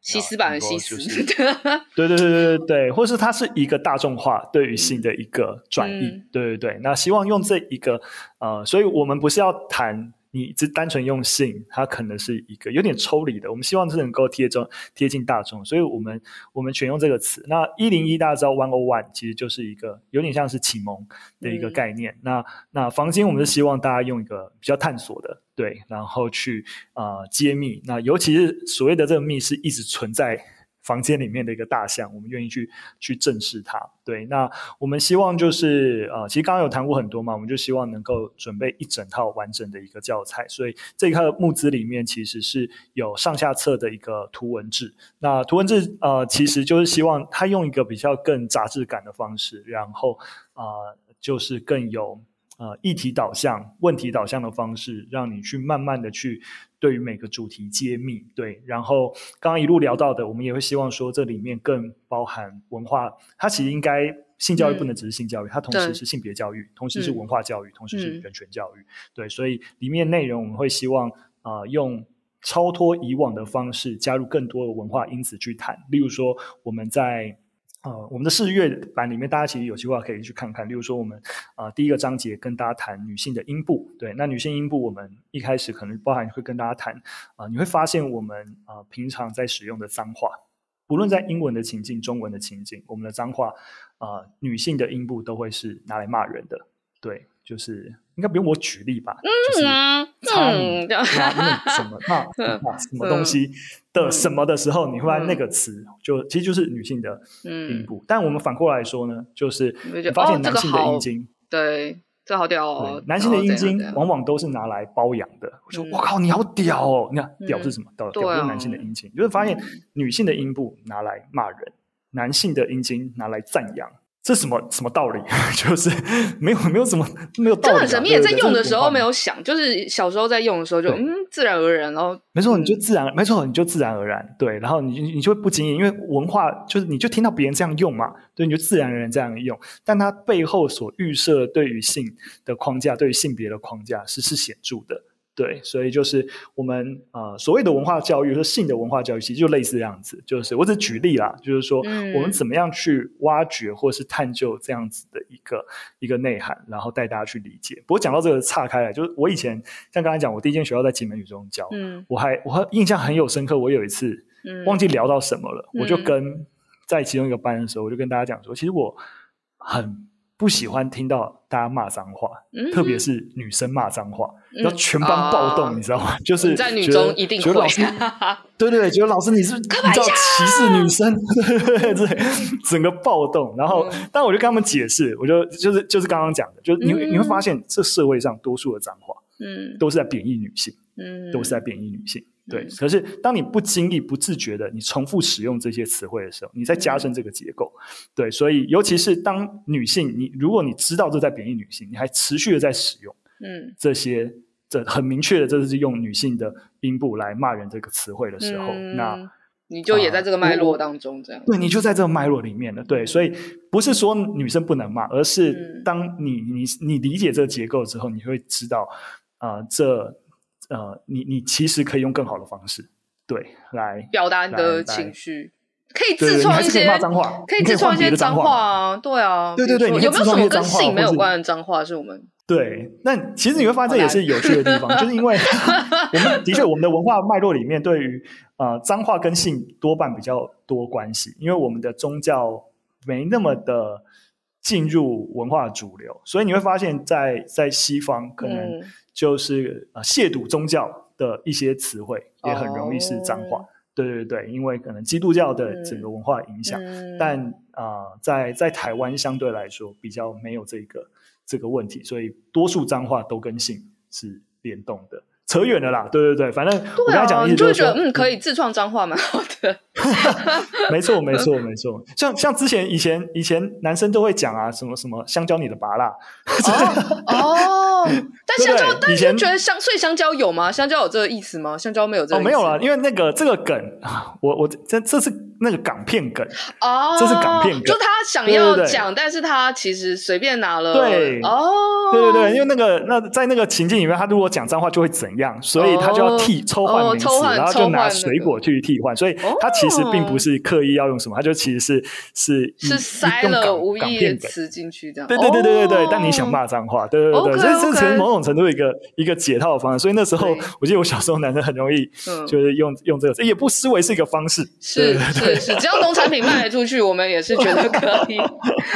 西斯版的西斯， 对对对对对，或是它是一个大众化对于性的一个转译，对对对。那希望用这一个所以我们不是要谈你只单纯用性，它可能是一个有点抽离的，我们希望是能够贴近大众，所以我们选用这个词。那101大家知道101其实就是一个有点像是启蒙的一个概念，那房间我们是希望大家用一个比较探索的，对，然后去揭秘，那尤其是所谓的这个秘是一直存在房间里面的一个大象，我们愿意去正视它。对，那我们希望就是其实刚刚有谈过很多嘛，我们就希望能够准备一整套完整的一个教材，所以这个募资里面其实是有上下册的一个图文制。那图文制其实就是希望它用一个比较更杂志感的方式，然后就是更有议题导向、问题导向的方式，让你去慢慢的去对于每个主题揭秘。对，然后刚刚一路聊到的，我们也会希望说这里面更包含文化，它其实应该性教育不能只是性教育，它同时是性别教育，同时是文化教育，同时是人权教育。对，所以里面内容我们会希望用超脱以往的方式，加入更多的文化因子去谈。例如说我们在我们的4月版里面，大家其实有机会可以去看看。例如说，我们第一个章节跟大家谈女性的阴部，对，那女性阴部我们一开始可能包含会跟大家谈你会发现我们平常在使用的脏话，不论在英文的情境、中文的情境，我们的脏话女性的阴部都会是拿来骂人的，对，就是应该不用我举例吧，就是擦你那什么那什么东西的什么的时候，你会发现那个词其实就是女性的阴部，但我们反过来说呢，就是你发现男性的阴茎， 对，这好屌哦， 男性的阴茎往往都是拿来包养的。我说我靠，你好屌哦！你看屌是什么？屌是男性的阴茎，你会发现女性的阴部拿来骂人，男性的阴茎拿来赞扬。这什么道理？就是没有什么没有道理。 就很神秘，也在用的时候没有想，就是小时候在用的时候就自然而然，然后没错，你就自然而然，对，然后你就会不经意，因为文化就是你就听到别人这样用嘛，对，你就自然而然这样用，但它背后所预设对于性的框架，对于性别的框架是显著的。对，所以就是我们所谓的文化教育，说性的文化教育，其实就类似这样子。就是我只举例啦，就是说我们怎么样去挖掘或是探究这样子的一个内涵，然后带大家去理解。不过讲到这个岔开来，就是我以前像刚才讲，我第一间学校在景美女中教，我印象很有深刻。我有一次忘记聊到什么了，我就在其中一个班的时候，我就跟大家讲说，其实我很不喜欢听到大家骂脏话，特别是女生骂脏话，要全班暴动，你知道吗？就是在女中一定会， 觉得老师对，觉得老师你是你知道歧视女生，对，整个暴动。然后，但我就跟他们解释，我就是刚刚讲的，就是你会发现，这社会上多数的脏话，都是在贬义女性，都是在贬义女性。对，可是当你不经意、不自觉的你重复使用这些词汇的时候，你在加深这个结构。对，所以尤其是当女性，如果你知道这在贬义女性，你还持续的在使用，这很明确的，这是用女性的阴部来骂人这个词汇的时候，那你就也在这个脉络当中，这样对，你就在这个脉络里面了。对，所以不是说女生不能骂，而是当你理解这个结构之后，你会知道你其实可以用更好的方式，对，来表达你的情绪，可以自创一些骂脏话， 可以自创一些脏话啊，对啊， 对， 有没有什么跟性没有关的脏话是我们？ 对，那其实你会发现这也是有趣的地方，就是因为我们的确我们的文化脉络里面对于脏话跟性多半比较多关系，因为我们的宗教没那么的进入文化主流，所以你会发现在西方可能就是亵渎宗教的一些词汇也很容易是脏话。对，因为可能基督教的整个文化影响，但在台湾相对来说比较没有这个问题，所以多数脏话都跟性是联动的。扯远了啦，对，反正我刚才讲的意思就是说， 你就会觉得可以自创脏话蛮好的。 没错，像之前以前男生都会讲啊，什么香蕉你的拔辣， 但香蕉，但以前是觉得所以香蕉有吗？香蕉有这个意思吗？香蕉没有这个意思。 没有啦，因为这个梗，这是那个港片梗哦， 这是港片梗， 就他想要讲，但是他其实随便拿了。 对，对，因为那在那个情境里面，他如果讲脏话就会怎样，所以他就要抽换名词，然后就拿水果去替换，所以他其实并不是刻意要用什么，他就其实是塞了无意的词进去这样。 对，但你想骂脏话，对，这其实某种程度一个解套的方式，所以那时候我记得我小时候男生很容易就是用这个，也不失为是一个方式。 是，只要农产品卖得出去，我们也是觉得可以。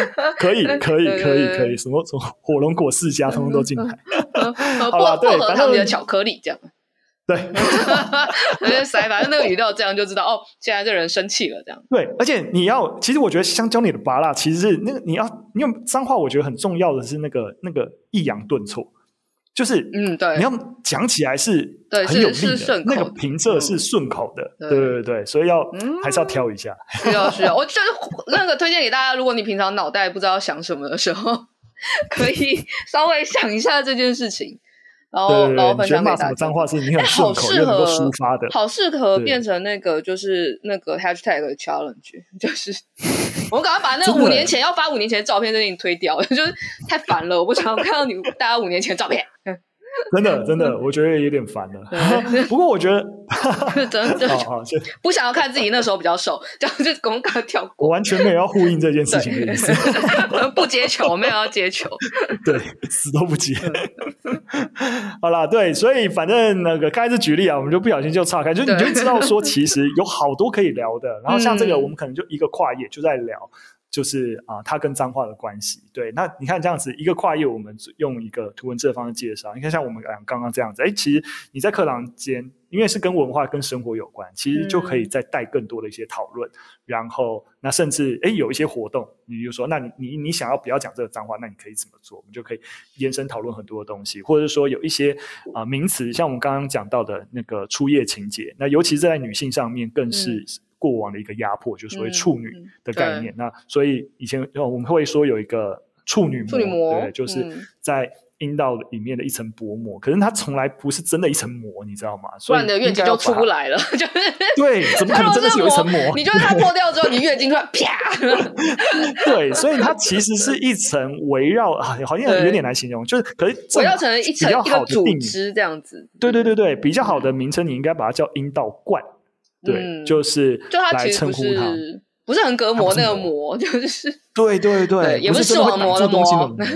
可以，什么火龙果世家通通都进来。 薄荷糖里的巧克力这样。 对， 反正那个语料这样就知道哦，现在这人生气了这样。 对，而且其实我觉得香蕉里的芭乐其实是那个因为脏话，我觉得很重要的是那个抑扬顿挫。就是对， 你要讲起来是很有力的，那个平仄是顺口的，对，所以还是要挑一下。 需要，我觉得那个推荐给大家，如果你平常脑袋不知道想什么的时候，可以稍微想一下这件事情，然后分享给大家。 骂什么脏话是你很顺口又能够抒发的， 好适合变成那个就是那个 hashtag challenge， 就是我们赶快把那个5年前要发5年前的照片这件事情推掉，就是太烦了，我不想看到大家5年前的照片。 真的，我觉得有点烦了。不过我觉得真的不想要看自己那时候比较瘦，这样就赶快跳过。 我完全没有要呼应这件事情的意思。 不接球，没有要接球。 对，死都不接。好啦，对，所以反正那个刚才是举例啊，我们就不小心就岔开，就你就知道说其实有好多可以聊的。然后像这个，我们可能就一个跨页就在聊。就是它跟脏话的关系。对，那你看这样子一个跨页，我们用一个图文字的方式介绍。你看像我们刚刚这样子，其实你在课堂间，因为是跟文化跟生活有关，其实就可以再带更多的一些讨论。然后那甚至有一些活动，你就说那你想要不要讲这个脏话，那你可以怎么做？我们就可以延伸讨论很多的东西，或者说有一些名词，像我们刚刚讲到的那个初夜情节，那尤其是在女性上面更是过往的一个压迫，就是所谓处女的概念。那所以以前我们会说有一个处女膜，对，就是在阴道里面的一层薄膜，可是它从来不是真的一层膜，你知道吗？ 不然你的月经就出不来了。就是对，怎么可能真的是有一层膜？ 你就是它破掉之后，你月经突然啪。 对，所以它其实是一层围绕，好像有点难形容，就是可是围绕成一层一个组织这样子。 对，比较好的名称，你应该把它叫阴道冠。对，就是来称呼它， 不是横膈膜那个膜，就是对， 也不是视网膜的膜。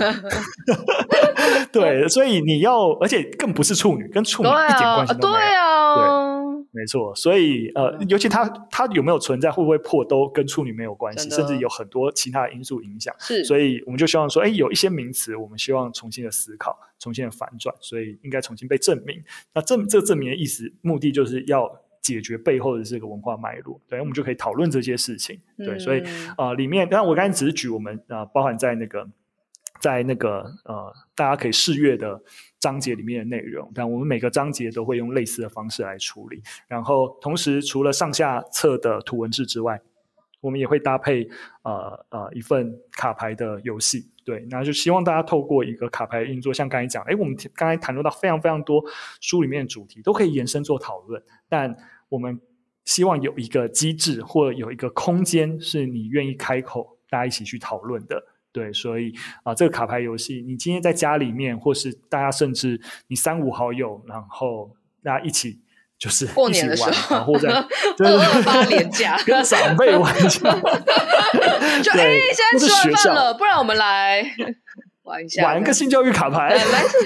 对，所以你要，而且更不是处女，跟处女一点关系都没有。 对啊， 没错。所以尤其它有没有存在，会不会破，都跟处女没有关系，甚至有很多其他的因素影响。 是， 所以我们就希望说，有一些名词，我们希望重新的思考，重新的反转，所以应该重新被证明。那这个证明的意思，目的就是要解决背后的这个文化脉络，对，我们就可以讨论这些事情。对，所以里面，当然我刚才只是举我们包含在那个大家可以试阅的章节里面的内容，但我们每个章节都会用类似的方式来处理。然后同时除了上下册的图文字之外，我们也会搭配一份卡牌的游戏。对，那就希望大家透过一个卡牌运作，像刚才讲，我们刚才谈论到非常非常多书里面的主题都可以延伸做讨论，但我们希望有一个机制或有一个空间是你愿意开口大家一起去讨论的。对，所以这个卡牌游戏你今天在家里面，或是大家甚至你3-5好友，然后大家一起就是过年的时候， 或者 228连假跟长辈玩一下就现在吃完饭了，不然我们来玩一下， 玩个性教育卡牌。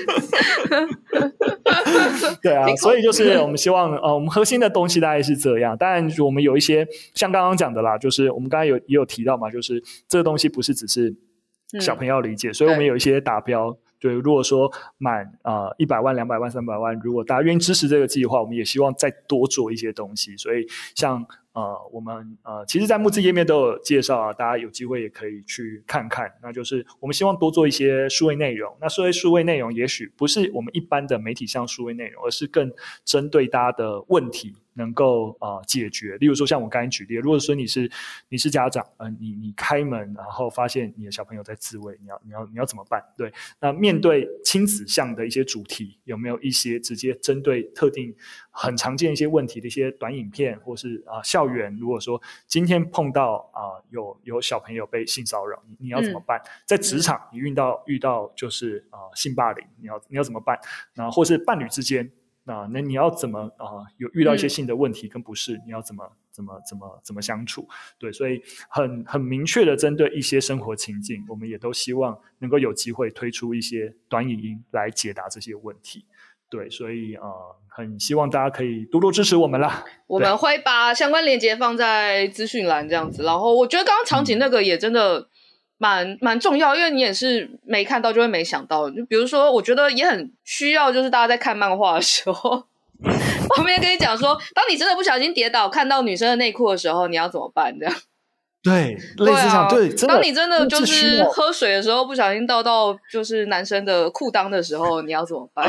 对啊，所以就是我们希望我们核心的东西大概是这样。当然我们有一些像刚刚讲的啦，就是我们刚才也有提到嘛，就是这个东西不是只是小朋友理解，所以我们有一些达标。对，如果说满100万、200万、300万，如果大家愿意支持这个计划，我们也希望再多做一些东西。所以像我们其实在募资页面都有介绍啊，大家有机会也可以去看看。那就是我们希望多做一些数位内容，那数位内容也许不是我们一般的媒体上数位内容，而是更针对大家的问题能够解决。例如说像我刚才举例，如果说你是家长，你开门然后发现你的小朋友在自慰，你要怎么办？对，那面对亲子向的一些主题，有没有一些直接针对特定很常见一些问题的一些短影片，或是校园如果说今天碰到有小朋友被性骚扰，你要怎么办？在职场你遇到就是性霸凌，你要怎么办？或是伴侣之间，那你要怎么有遇到一些性的问题跟不适，你要怎么相处？对，所以很明确的针对一些生活情境，我们也都希望能够有机会推出一些短影音来解答这些问题。对，所以很希望大家可以多多支持我们啦。 我们会把相关链接放在资讯栏这样子。然后我觉得刚刚场景那个也真的蛮重要，因为你也是没看到就会没想到。就比如说我觉得也很需要，就是大家在看漫画的时候我们也跟你讲说，当你真的不小心跌倒看到女生的内裤的时候你要怎么办这样。 对，类似像对，真的， 当你真的就是喝水的时候不小心倒到就是男生的裤裆的时候你要怎么办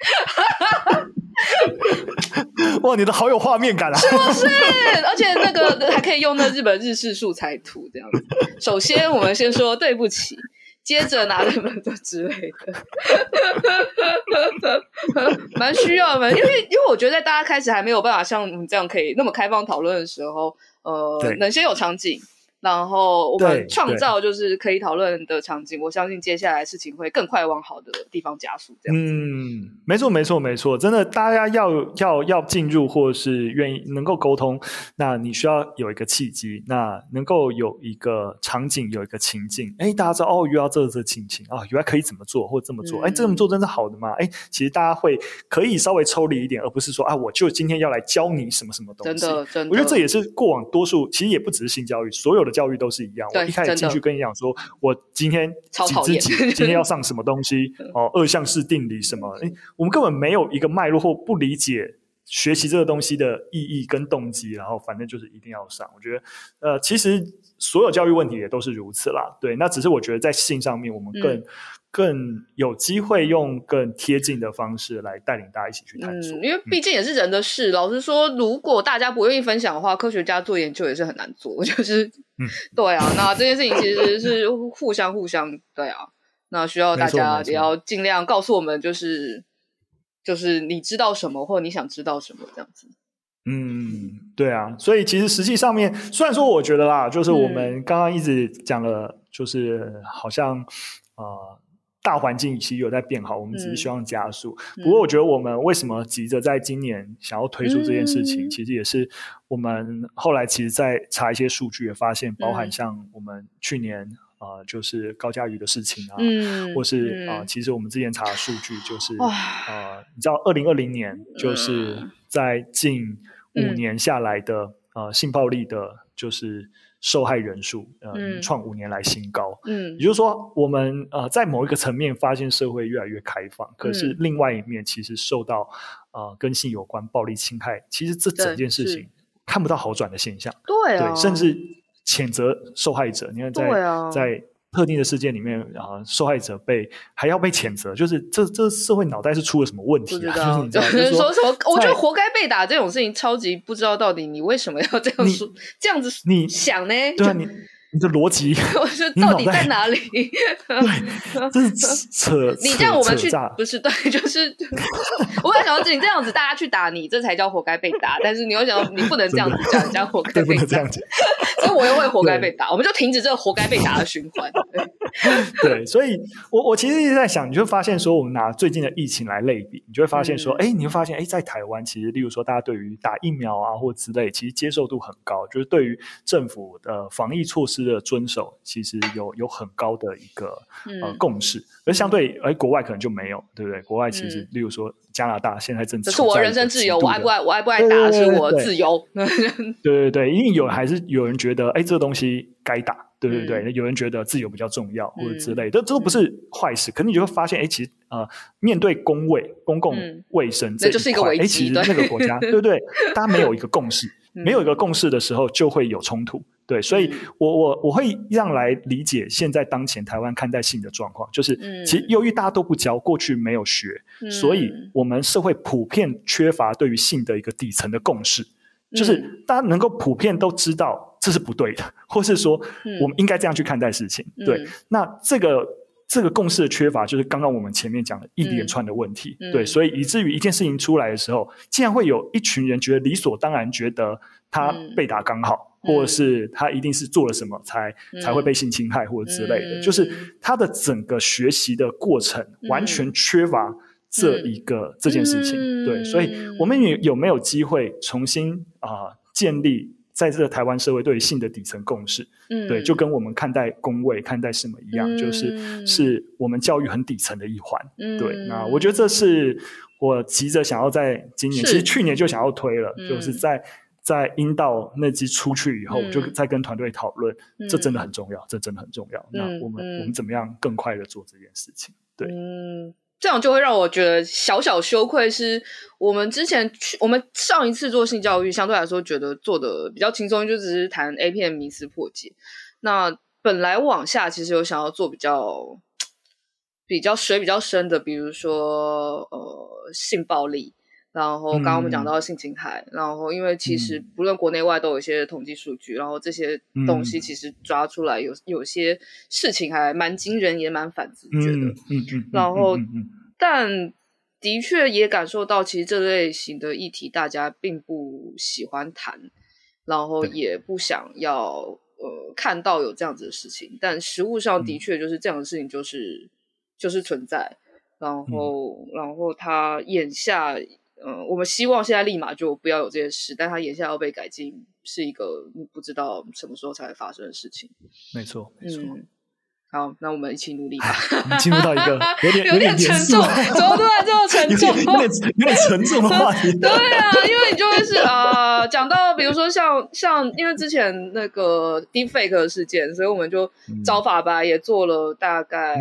哇，你的好有画面感啊！ 是不是？而且那个还可以用那日本日式素材图这样子。首先我们先说对不起，接着拿什么的之类的蛮需要的。因为我觉得在大家开始还没有办法像我们这样可以那么开放讨论的时候，能先有场景，然后我们创造就是可以讨论的场景，我相信接下来事情会更快往好的地方加速这样子。 没错，真的大家要进入或是愿意能够沟通，那你需要有一个契机，那能够有一个场景，有一个情境，大家知道遇到这情形原来可以怎么做或这么做，这么做真是好的吗？其实大家会可以稍微抽离一点，而不是说我就今天要来教你什么什么东西。真的我觉得这也是过往多数其实也不只是性教育，所有的教育都是一样。我一开始进去跟你讲说我今天几之几今天要上什么东西二项式定理什么，我们根本没有一个脉络或不理解学习这个东西的意义跟动机，然后反正就是一定要上。我觉得其实所有教育问题也都是如此啦。对，那只是我觉得在性上面我们更有机会用更贴近的方式来带领大家一起去探索。 因为毕竟也是人的事，老实说如果大家不愿意分享的话，科学家做研究也是很难做，就是对啊，那这件事情其实是互相对啊，那需要大家也要尽量告诉我们就是你知道什么或者你想知道什么这样子。 对啊，所以其实实际上面虽然说我觉得啦，就是我们刚刚一直讲了，就是好像大环境其实有在变好，我们只是希望加速。不过我觉得我们为什么急着在今年想要推出这件事情，其实也是我们后来其实在查一些数据也发现，包含像我们去年就是高嘉瑜的事情或是其实我们之前查的数据就是你知道2020年就是在近5年下来的性暴力的就是受害人数创5年来新高。也就是说我们在某一个层面发现社会越来越开放，可是另外一面其实受到跟性有关暴力侵害，其实这整件事情看不到好转的现象。对，甚至谴责受害者，你看在特定的事件里面受害者还要被谴责，就是这社会脑袋是出了什么问题啊？就是你知道，就是说什么？ 我觉得活该被打这种事情超级不知道到底你为什么要这样说，这样子你想呢？ 对啊，你的逻辑， 我觉得到底在哪里？ 对，这是扯。 你这样我们去不是对，就是我在想到你这样子，大家去打你，这才叫活该被打。但是你又想到你不能这样子讲，人家活该被打，所以我又会活该被打，我们就停止这个活该被打的循环。 对，所以我其实一直在想，你就会发现说，我们拿最近的疫情来类比，你就会发现说，你会发现，在台湾其实，例如说，大家对于打疫苗或之类，其实接受度很高，就是对于政府的防疫措施的遵守，其实有很高的一个共识，而相对国外可能就没有，对不对？国外其实，例如说加拿大现在正处在这是我人身自由，我爱不爱打是我自由。 对，因为还是有人觉得，这个东西该打。对，有人觉得自由比较重要或者之类的，这都不是坏事。可是你就会发现，其实面对公共卫生这一块， 就是一个危机， 其实那个国家对不对？大家没有一个共识， 没有一个共识的时候就会有冲突。对，所以我会让来理解现在当前台湾看待性的状况，就是其实由于大家都不教，过去没有学，所以我们社会普遍缺乏对于性的一个底层的共识，就是大家能够普遍都知道这是不对的，或是说我们应该这样去看待事情。对，那这个共识的缺乏，就是刚刚我们前面讲的一连串的问题。对，所以以至于一件事情出来的时候，竟然会有一群人觉得理所当然，觉得他被打刚好，或者是他一定是做了什么才会被性侵害或者之类的，就是他的整个学习的过程完全缺乏这件事情。对，所以我们有没有机会重新建立在这个台湾社会对于性的底层共识？对，就跟我们看待公卫看待什么一样，是我们教育很底层的一环。对，那我觉得这是我急着想要在今年，其实去年就想要推了，就是在阴道那集出去以后，就再跟团队讨论，这真的很重要，这真的很重要。那我们怎么样更快的做这件事情？对， 这样就会让我觉得小小羞愧，是我们上一次做性教育相对来说觉得做的比较轻松，就只是谈 A 片迷思破解。那本来往下其实有想要做比较水比较深的，比如说性暴力，然后刚刚我们讲到性侵害，然后因为其实不论国内外都有一些统计数据，然后这些东西其实抓出来有些事情还蛮惊人也蛮反直觉的。然后但的确也感受到其实这类型的议题大家并不喜欢谈，然后也不想要看到有这样子的事情，但实务上的确就是这样的事情就是存在。然后他眼下我们希望现在立马就不要有这些事，但他眼下要被改进是一个你不知道什么时候才会发生的事情。 没错没错。 好，那我们一起努力吧。 进入到一个有点沉重，怎么突然这么沉重？ 有点沉重的话题。 对啊，因为你就会是讲到比如说像因为之前那个 deepfake 的事件，所以我们就找法白也做了大概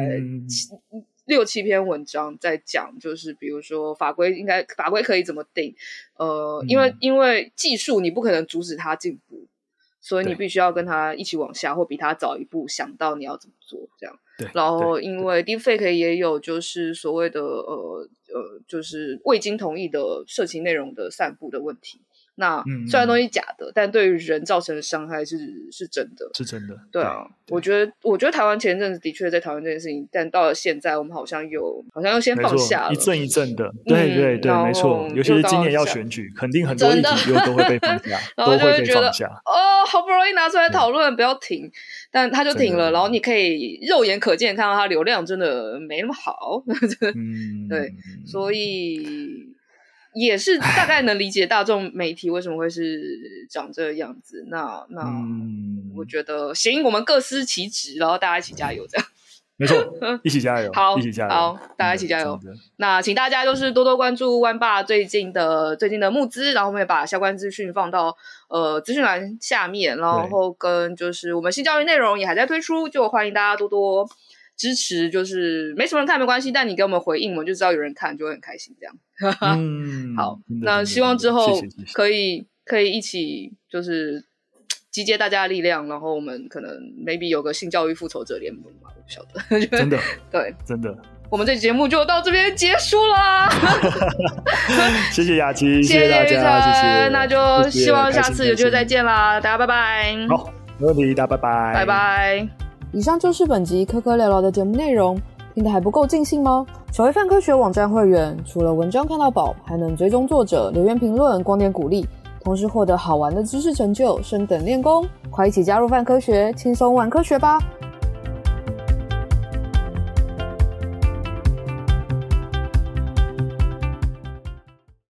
6-7篇文章在讲，就是比如说法规可以怎么定，因为技术你不可能阻止它进步，所以你必须要跟他一起往下，或比他早一步想到你要怎么做这样。然后因为 deepfake 也有就是所谓的就是未经同意的色情内容的散布的问题。那虽然东西假的，但对于人造成的伤害是真的，是真的。对啊，我觉得台湾前阵子的确在讨论这件事情，但到了现在，我们好像又先放下了， 一阵一阵的。对对，没错。尤其是今年要选举，肯定很多议题都会被放下， 然后就会觉得好不容易拿出来讨论，不要停，但他就停了。然后你可以肉眼可见看到他流量真的没那么好。对，所以。也是大概能理解大众媒体为什么会是长这个样子。那我觉得行，我们各司其职，然后大家一起加油，这样。 没错，一起加油， 好， 一起加油， 好，大家一起加油。那请大家就是多多关注湾爸最近的募资，然后我们也把相关资讯放到资讯栏下面，然后跟就是我们性教育内容也还在推出，就欢迎大家多多支持。就是没什么人看没关系，但你给我们回应，我们就知道有人看，就会很开心这样。好，那希望之后可以一起就是集结大家的力量，然后我们可能 maybe 有个性教育复仇者联盟吧，我不晓得。 真的， 对， 真的。 我们这期节目就到这边结束啦。 谢谢雅琪， 谢谢大家，谢谢。 那就希望下次有机会再见啦，大家拜拜。 好，没问题，大家拜拜， 拜拜。 以上就是本集科科聊聊的节目内容，听得还不够尽兴吗？成为泛科学网站会员，除了文章看到饱，还能追踪作者、留言评论、光点鼓励，同时获得好玩的知识成就，升等练功。快一起加入泛科学，轻松玩科学吧！